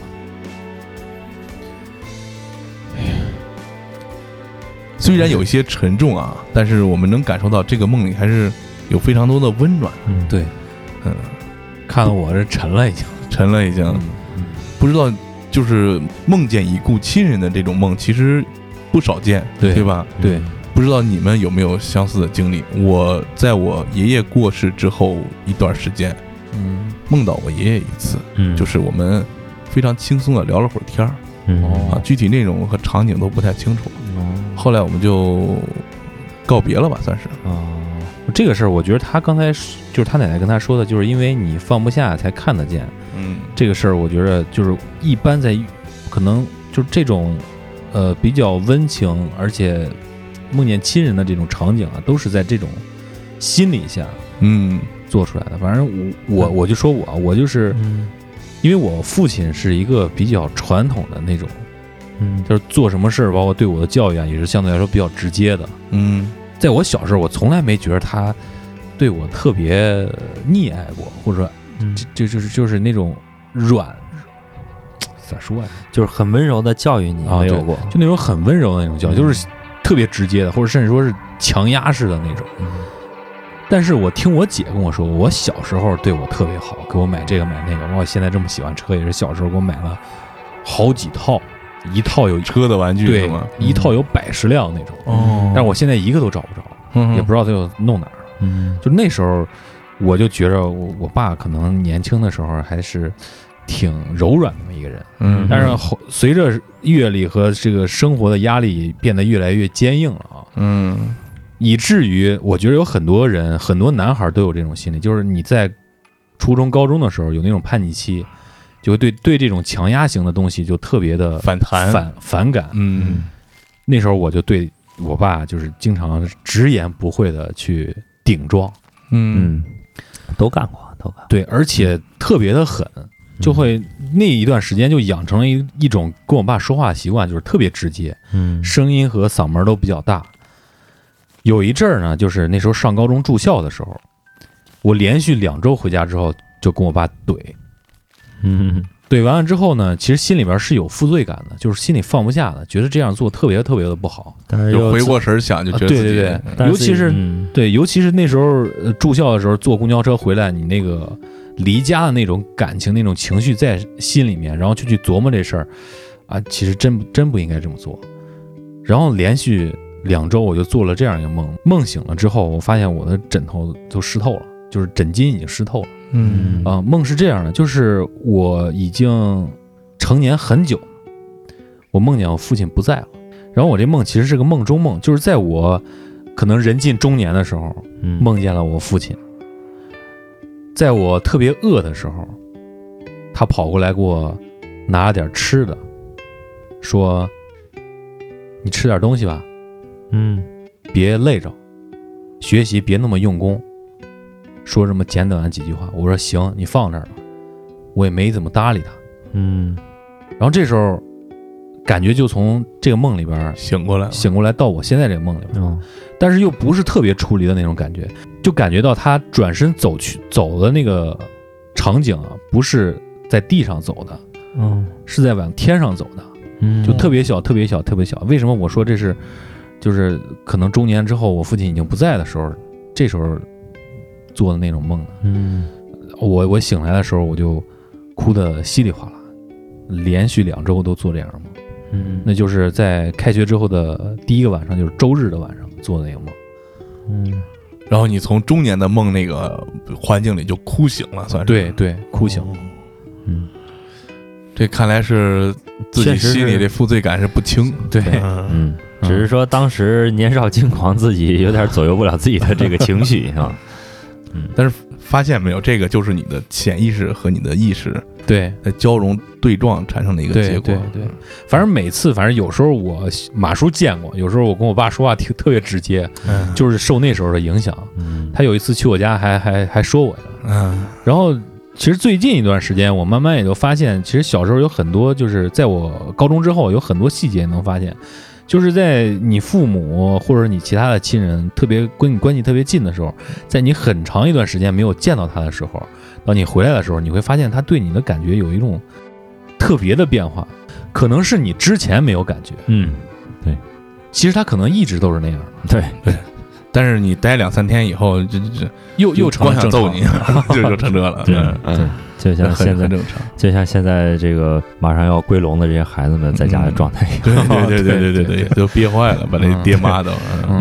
虽然有一些沉重啊，但是我们能感受到这个梦里还是有非常多的温暖。 对，看得我这沉了已经。不知道就是梦见已故亲人的这种梦其实不少见，对吧？ 对， 不知道你们有没有相似的经历。我在我爷爷过世之后一段时间，梦到我爷爷一次，就是我们非常轻松的聊了会儿天儿，具体内容和场景都不太清楚，后来我们就告别了吧，算是。 这个事儿，我觉得他刚才就是他奶奶跟他说的，就是因为你放不下才看得见。这个事儿，我觉得就是一般在可能就是这种比较温情，而且梦见亲人的这种场景啊，都是在这种心理下做出来的。反正我就说我就是因为我父亲是一个比较传统的那种，就是做什么事儿，包括对我的教育啊，也是相对来说比较直接的。在我小时候，我从来没觉得他对我特别溺爱过，或者说，就是那种软，咋说呀？ 就是很温柔的教育你，没有过， 就那种很温柔的那种教育，就是特别直接的，或者甚至说是强压式的那种。但是我听我姐跟我说，我小时候对我特别好，给我买这个买那个，包括现在这么喜欢车，也是小时候给我买了好几套。一套有车的玩具， 对，一套有100辆那种。但是我现在一个都找不着，也不知道他又弄哪儿了。就那时候，我就觉着我爸可能年轻的时候还是挺柔软的一个人，但是随着阅历和这个生活的压力变得越来越坚硬了啊，以至于我觉得有很多人，很多男孩都有这种心理，就是你在初中、高中的时候有那种叛逆期。就会对这种强压型的东西就特别的反感。那时候我就对我爸就是经常直言不讳的去顶撞。 都干过。对， 而且特别的狠。 就会那一段时间就养成了一种跟我爸说话的习惯，就是特别直接，声音和嗓门都比较大。有一阵儿呢，就是那时候上高中住校的时候，我连续2周回家之后就跟我爸怼，怼完了之后呢，其实心里边是有负罪感的，就是心里放不下的，觉得这样做特别特别的不好。 但是就回过神想，就觉得自己对，尤其是那时候住校的时候，坐公交车回来，你那个离家的那种感情、那种情绪在心里面，然后就去琢磨这事儿啊，其实真不应该这么做。然后连续2周，我就做了这样一个梦，梦醒了之后，我发现我的枕头都湿透了，就是枕巾已经湿透了。梦是这样的，就是我已经成年很久，我梦见我父亲不在了。然后我这梦其实是个梦中梦，就是在我可能人近中年的时候，梦见了我父亲。在我特别饿的时候，他跑过来给我拿了点吃的，说：“你吃点东西吧，别累着，学习别那么用功。”说这么简短的几句话，我说行，你放这儿了，我也没怎么搭理他。然后这时候感觉就从这个梦里边醒过来到我现在这个梦里边，但是又不是特别出离的那种感觉，就感觉到他转身走的那个场景啊，不是在地上走的，是在往天上走的，就特别小特别小特别小。为什么我说这是就是可能中年之后我父亲已经不在的时候，这时候做的那种梦呢？我醒来的时候我就哭得稀里哗啦，连续2周都做这样的梦。那就是在开学之后的第一个晚上，就是周日的晚上做的那个梦。 然后你从中年的梦那个环境里就哭醒了，算是对，哭醒了。 这看来是自己心里这负罪感是不轻。 对， 只是说当时年少轻狂，自己有点左右不了自己的这个情绪啊。 但是发现没有，这个就是你的潜意识和你的意识对在交融对撞产生的一个结果。 对，反正有时候我马叔见过，有时候我跟我爸说话特别直接，就是受那时候的影响。他有一次去我家还说我呀。然后其实最近一段时间，我慢慢也就发现，其实小时候有很多，就是在我高中之后，有很多细节能发现。就是在你父母或者你其他的亲人特别跟你关系特别近的时候，在你很长一段时间没有见到他的时候，当你回来的时候，你会发现他对你的感觉有一种特别的变化，可能是你之前没有感觉。 对， 其实他可能一直都是那样的。 对，但是你待2-3天以后， 又成了正常， 揍你，就成这了。 对，就像现在，就像现在这个马上要归笼的这些孩子们在家的状态一样。 对，都憋坏了，把那爹妈都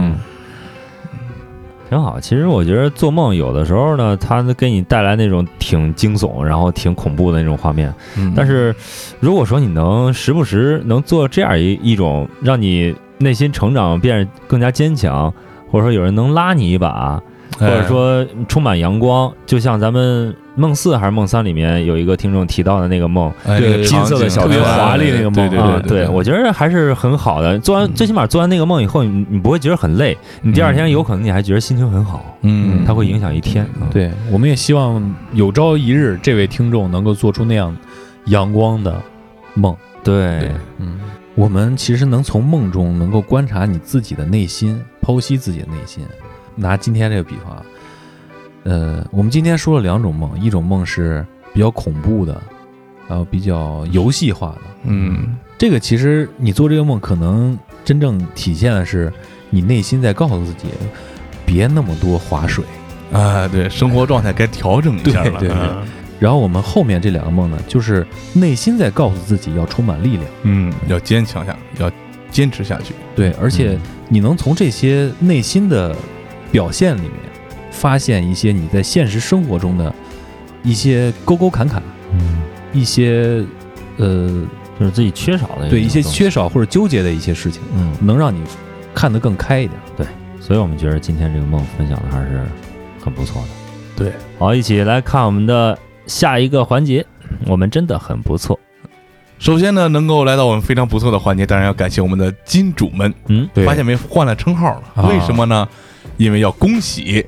挺好。其实我觉得做梦有的时候呢，它给你带来那种挺惊悚，然后挺恐怖的那种画面。但是如果说你能时不时能做这样一种让你内心成长变得更加坚强，或者说有人能拉你一把，或者说充满阳光，就像咱们梦4还是梦3里面有一个听众提到的那个梦， 对， 金色的小特别华丽那个梦， 对，我觉得还是很好的。最起码做完那个梦以后，你不会觉得很累，你第2天有可能你还觉得心情很好，它会影响一天。 对，我们也希望有朝一日这位听众能够做出那样阳光的梦。 对， 我们其实能从梦中能够观察你自己的内心，剖析自己的内心。拿今天这个比方我们今天说了2种梦，一种梦是比较恐怖的，然后比较游戏化的。这个其实你做这个梦，可能真正体现的是你内心在告诉自己，别那么多划水啊，对，生活状态该调整一下了。 对。然后我们后面这2个梦呢，就是内心在告诉自己要充满力量， 要坚强下，要坚持下去。 对，而且你能从这些内心的表现里面发现一些你在现实生活中的一些沟沟坎坎，一些就是自己缺少的， 对，一些缺少或者纠结的一些事情，能让你看得更开一点。 对，所以我们觉得今天这个梦分享的还是很不错的。 对， 好，一起来看我们的下一个环节，我们真的很不错。 首先呢，能够来到我们非常不错的环节，当然要感谢我们的金主们。 对， 发现没，换了称号了，为什么呢？因为要恭喜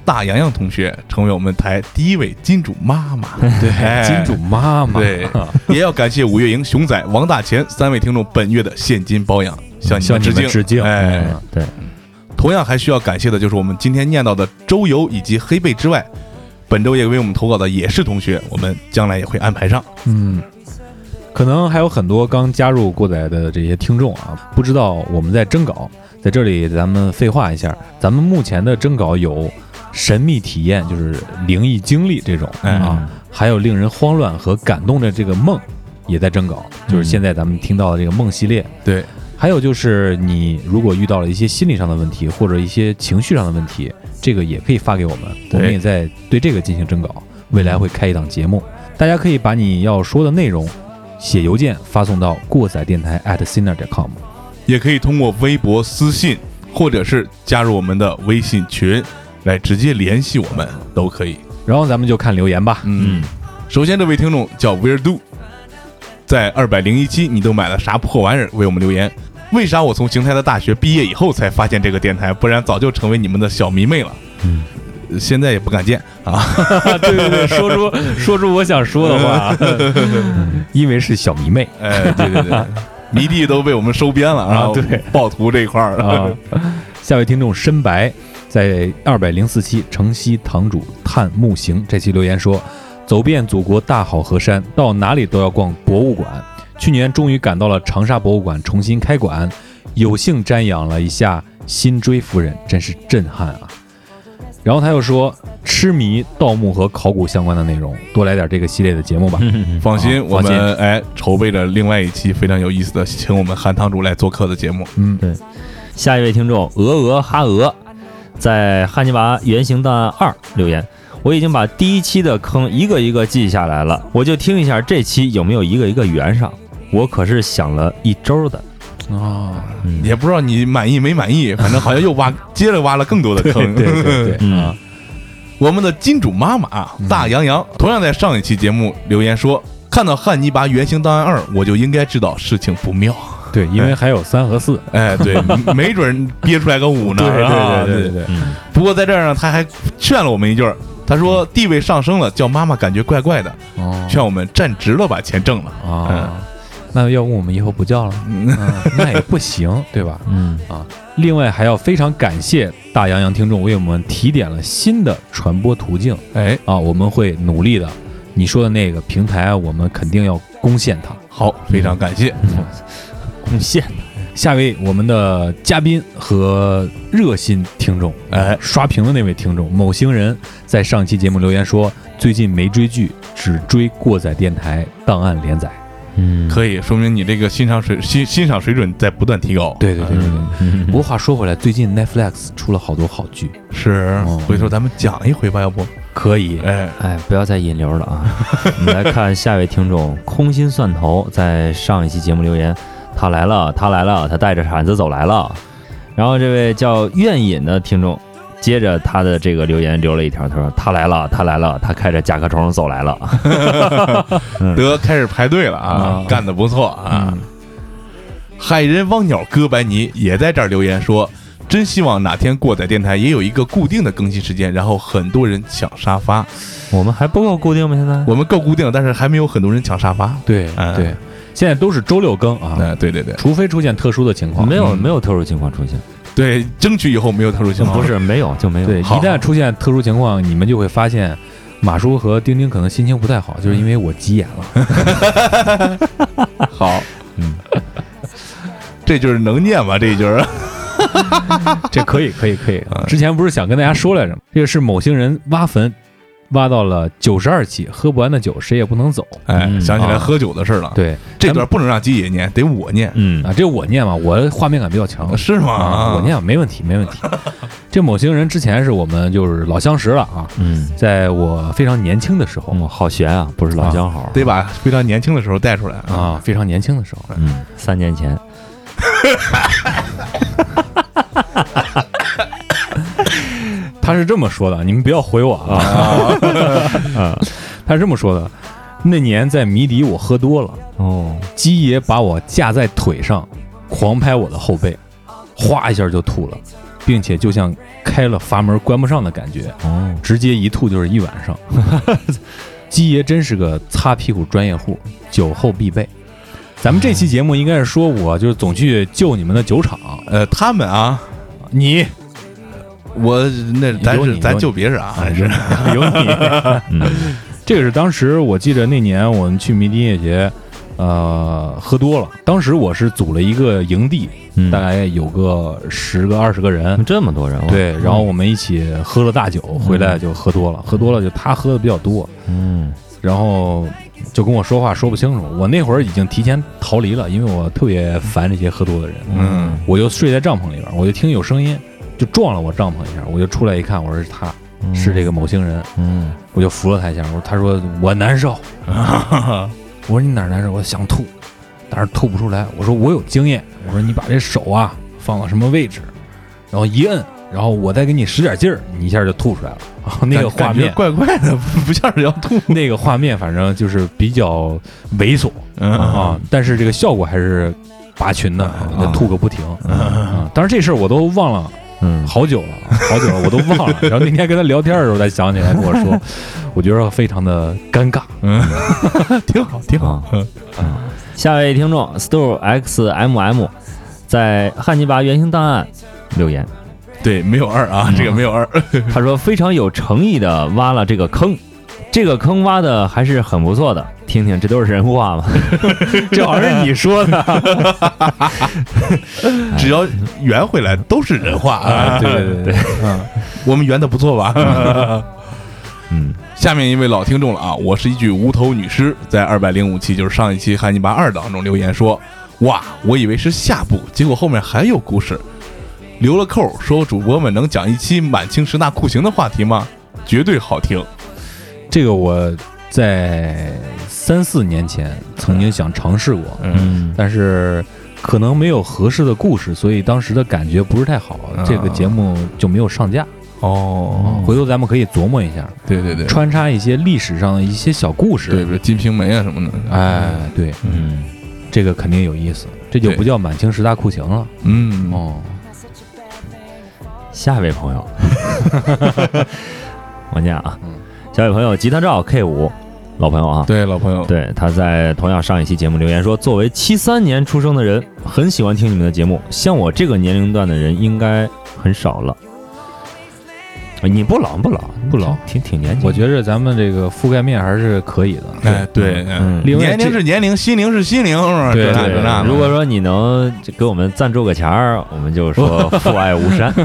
大洋洋同学成为我们台第一位金主妈妈。 对， 哎金主妈妈。 对，也要感谢五月营、熊仔、王大钱3位听众本月的现金包养，向你们致敬。哎， 对。 同样还需要感谢的就是我们今天念到的周游以及黑贝之外，本周也为我们投稿的也是同学，我们将来也会安排上。 可能还有很多刚加入过载的这些听众啊，不知道我们在征稿，在这里咱们废话一下，咱们目前的征稿有神秘体验，就是灵异经历这种啊，还有令人慌乱和感动的这个梦也在征稿，就是现在咱们听到的这个梦系列。 对。 还有就是你如果遇到了一些心理上的问题或者一些情绪上的问题，这个也可以发给我们，我们也在对这个进行征稿，未来会开一档节目，大家可以把你要说的内容写邮件发送到过载电台@sinner.com， 也可以通过微博私信或者是加入我们的微信群来直接联系我们都可以。 然后咱们就看留言吧。 首先这位听众叫 Weirdo， 在201期你都买了啥破玩意儿为我们留言，为啥我从邢台的大学毕业以后才发现这个电台，不然早就成为你们的小迷妹了。现在也不敢见啊。 对对对，说出我想说的话。因为是小迷妹。 哎，对对对，迷弟都被我们收编了啊。对，暴徒这一块儿啊。 下位听众深白在204期城西堂主探木行这期留言说，走遍祖国大好河山，到哪里都要逛博物馆，去年终于赶到了长沙博物馆重新开馆，有幸瞻仰了一下辛追夫人，真是震撼啊。然后他又说，痴迷盗墓和考古相关的内容，多来点这个系列的节目吧。 放心，我们筹备着另外一期非常有意思的，请我们韩堂主来做客的节目。 对。下一位听众鹅哈鹅在汉尼拔原型档案2留言，我已经把第1期的坑一个一个记下来了，我就听一下这期有没有一个一个圆上，我可是想了1周的。 也不知道你满意没满意，反正好像又接着挖了更多的坑。 对我们的金主妈妈大洋洋同样在上一期节目留言说，看到汉尼拔原型档案2，我就应该知道事情不妙。 对，因为还有3和4。 哎，对，没准憋出来个5呢。 对。 不过在这儿呢，他还劝了我们一句，他说地位上升了，叫妈妈感觉怪怪的，劝我们站直了把钱挣了。 那要不我们以后不叫了？那也不行，对吧？另外还要非常感谢大洋洋听众为我们提点了新的传播途径。我们会努力的。你说的那个平台，我们肯定要攻陷它。 好，非常感谢。 攻陷。 下位我们的嘉宾和热心听众，刷屏的那位听众某星人在上期节目留言说，最近没追剧，只追过载电台档案连载。 可以说明你这个欣赏水准在不断提高。 对。不过话说回来，最近 Netflix 出了好多好剧， 是，回头咱们讲一回吧，要不？ 可以。 不要再引流了啊！我们来看下位听众空心蒜头在上一期节目留言，他来了，他带着铲子走来了。然后这位叫愿饮的听众接着他的这个留言留了一条，他说他来了，他开着甲壳虫走来了。 得开始排队了啊，干得不错啊。海人汪鸟哥白尼也在这儿留言说，真希望哪天过载电台也有一个固定的更新时间，然后很多人抢沙发。 我们还不够固定吗？现在我们够固定，但是还没有很多人抢沙发。 对，现在都是周6更啊。 对， 除非出现特殊的情况， 没有特殊情况出现。 对，争取以后没有特殊情况。 不是没有就没有。 对，一旦出现特殊情况，你们就会发现马叔和丁丁可能心情不太好，就是因为我急眼了。 好，这就是能念吧？这一句儿。 这可以。之前不是想跟大家说来着吗？这个是某星人挖坟挖到了92期，喝不完的酒谁也不能走。 想起来喝酒的事了。 对， 这段不能让鸡爷念，得我念。 这我念嘛，我画面感比较强。 是吗？ 我念没问题。这某星人之前是我们就是老相识了啊。在我非常年轻的时候， 好悬啊，不是老相好， 得把非常年轻的时候带出来啊。非常年轻的时候 ，3年前。 他是这么说的，你们不要回我啊！他是这么说的，那年在迷笛我喝多了，鸡爷把我架在腿上，狂拍我的后背，哗一下就吐了。 并且就像开了阀门关不上的感觉，直接一吐就是一晚上。鸡爷真是个擦屁股专业户，酒后必备。咱们这期节目应该是说我就是总去救你们的酒厂， 他们啊， 你我那咱救别人啊，还是有你。这个是当时我记得那年我们去迷笛音乐节，喝多了。当时我是组了一个营地，大概有个10个20个人， 这么多人。 对，然后我们一起喝了大酒，回来就喝多了，喝多了就他喝的比较多，然后就跟我说话说不清楚。我那会儿已经提前逃离了，因为我特别烦这些喝多的人。我就睡在帐篷里边，我就听有声音，就撞了我帐篷一下，我就出来一看，我说是他。是这个某星人，我就扶了他一下，他说我难受，我说你哪儿难受？我想吐，但是吐不出来。我说我有经验，我说你把这手啊放到什么位置，然后一摁，然后我再给你使点劲儿，你一下就吐出来了。那个画面怪怪的，不像是要吐。 那个画面反正就是比较猥琐啊，但是这个效果还是拔群的，吐个不停。当然这事儿我都忘了。好久了，我都忘了。然后那天跟他聊天的时候才想起来跟我说，我觉得非常的尴尬。 挺好。 下位听众 StoreXMM 在汉尼拔原型档案留言， 对，没有2啊，这个没有2。 他说非常有诚意的挖了这个坑，这个坑挖的还是很不错的。听听，这都是人话吗？ 这好像是你说的。 只要圆回来都是人话啊！ 对， 我们圆的不错吧？下面一位老听众了啊，我是一句无头女尸，在205期，就是上一期汉尼拔2当中留言说，哇，我以为是下部，结果后面还有故事，留了扣，说主播们能讲一期满清10大酷刑的话题吗？绝对好听。 这个我在3、4年前曾经想尝试过，但是可能没有合适的故事，所以当时的感觉不是太好，这个节目就没有上架。回头咱们可以琢磨一下， 对， 穿插一些历史上的一些小故事， 对，比如《金瓶梅》啊什么的。 哎，对，这个肯定有意思，这就不叫满清10大酷刑了。 下一位朋友，我念啊，下一位朋友吉他照 K5。老朋友啊， 对，老朋友， 对，他在同样上一期节目留言说，作为73年出生的人，很喜欢听你们的节目，像我这个年龄段的人应该很少了。你不老，挺年轻。 我觉得咱们这个覆盖面还是可以的。 哎，对，年龄是年龄，心灵是心灵， 对。如果说你能给我们赞助个钱儿，我们就说父爱无山。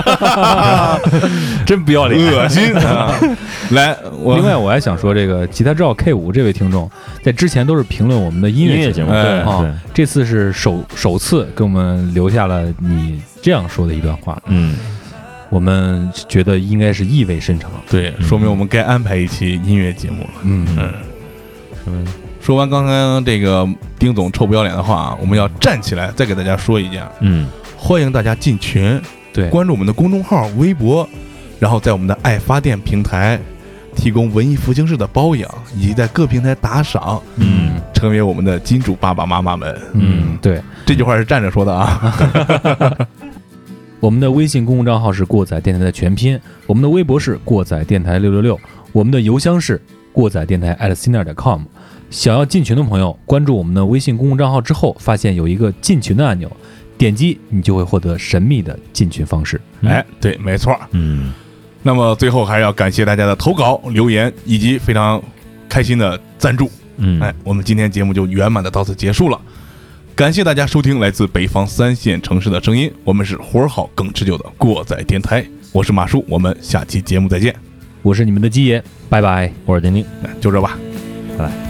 真不要脸， 恶心啊！来， 另外我还想说，这个吉他照 K5这位听众，在之前都是评论我们的音乐节目， 对， 这次是首次给我们留下了你这样说的一段话，我们觉得应该是意味深长， 对，说明我们该安排一期音乐节目了。说完刚刚这个丁总臭不要脸的话，我们要站起来再给大家说一件，欢迎大家进群， 对， 关注我们的公众号、微博，然后在我们的爱发电平台提供文艺复兴式的包养，以及在各平台打赏，成为我们的金主爸爸妈妈们。 对， 这句话是站着说的啊。 我们的微信公众账号是过载电台的全拼，我们的微博是过载电台666，我们的邮箱是过载电台@siner.com。想要进群的朋友，关注我们的微信公众账号之后，发现有一个进群的按钮，点击你就会获得神秘的进群方式。 哎，对，没错。那么最后还是要感谢大家的投稿、留言以及非常开心的赞助。我们今天节目就圆满的到此结束了。感谢大家收听来自北方3线城市的声音，我们是活儿好更持久的过载电台，我是马叔，我们下期节目再见。 我是你们的鸡爷，拜拜。 我是丁丁， 就这吧， 拜拜。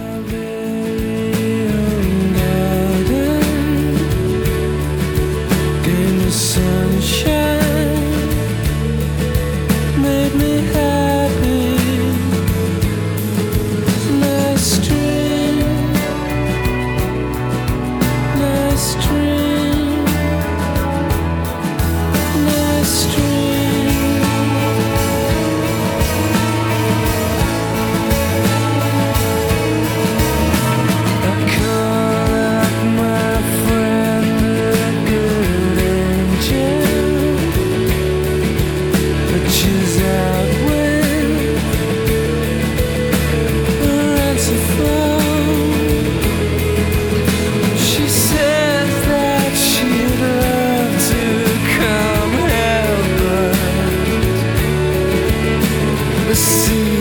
是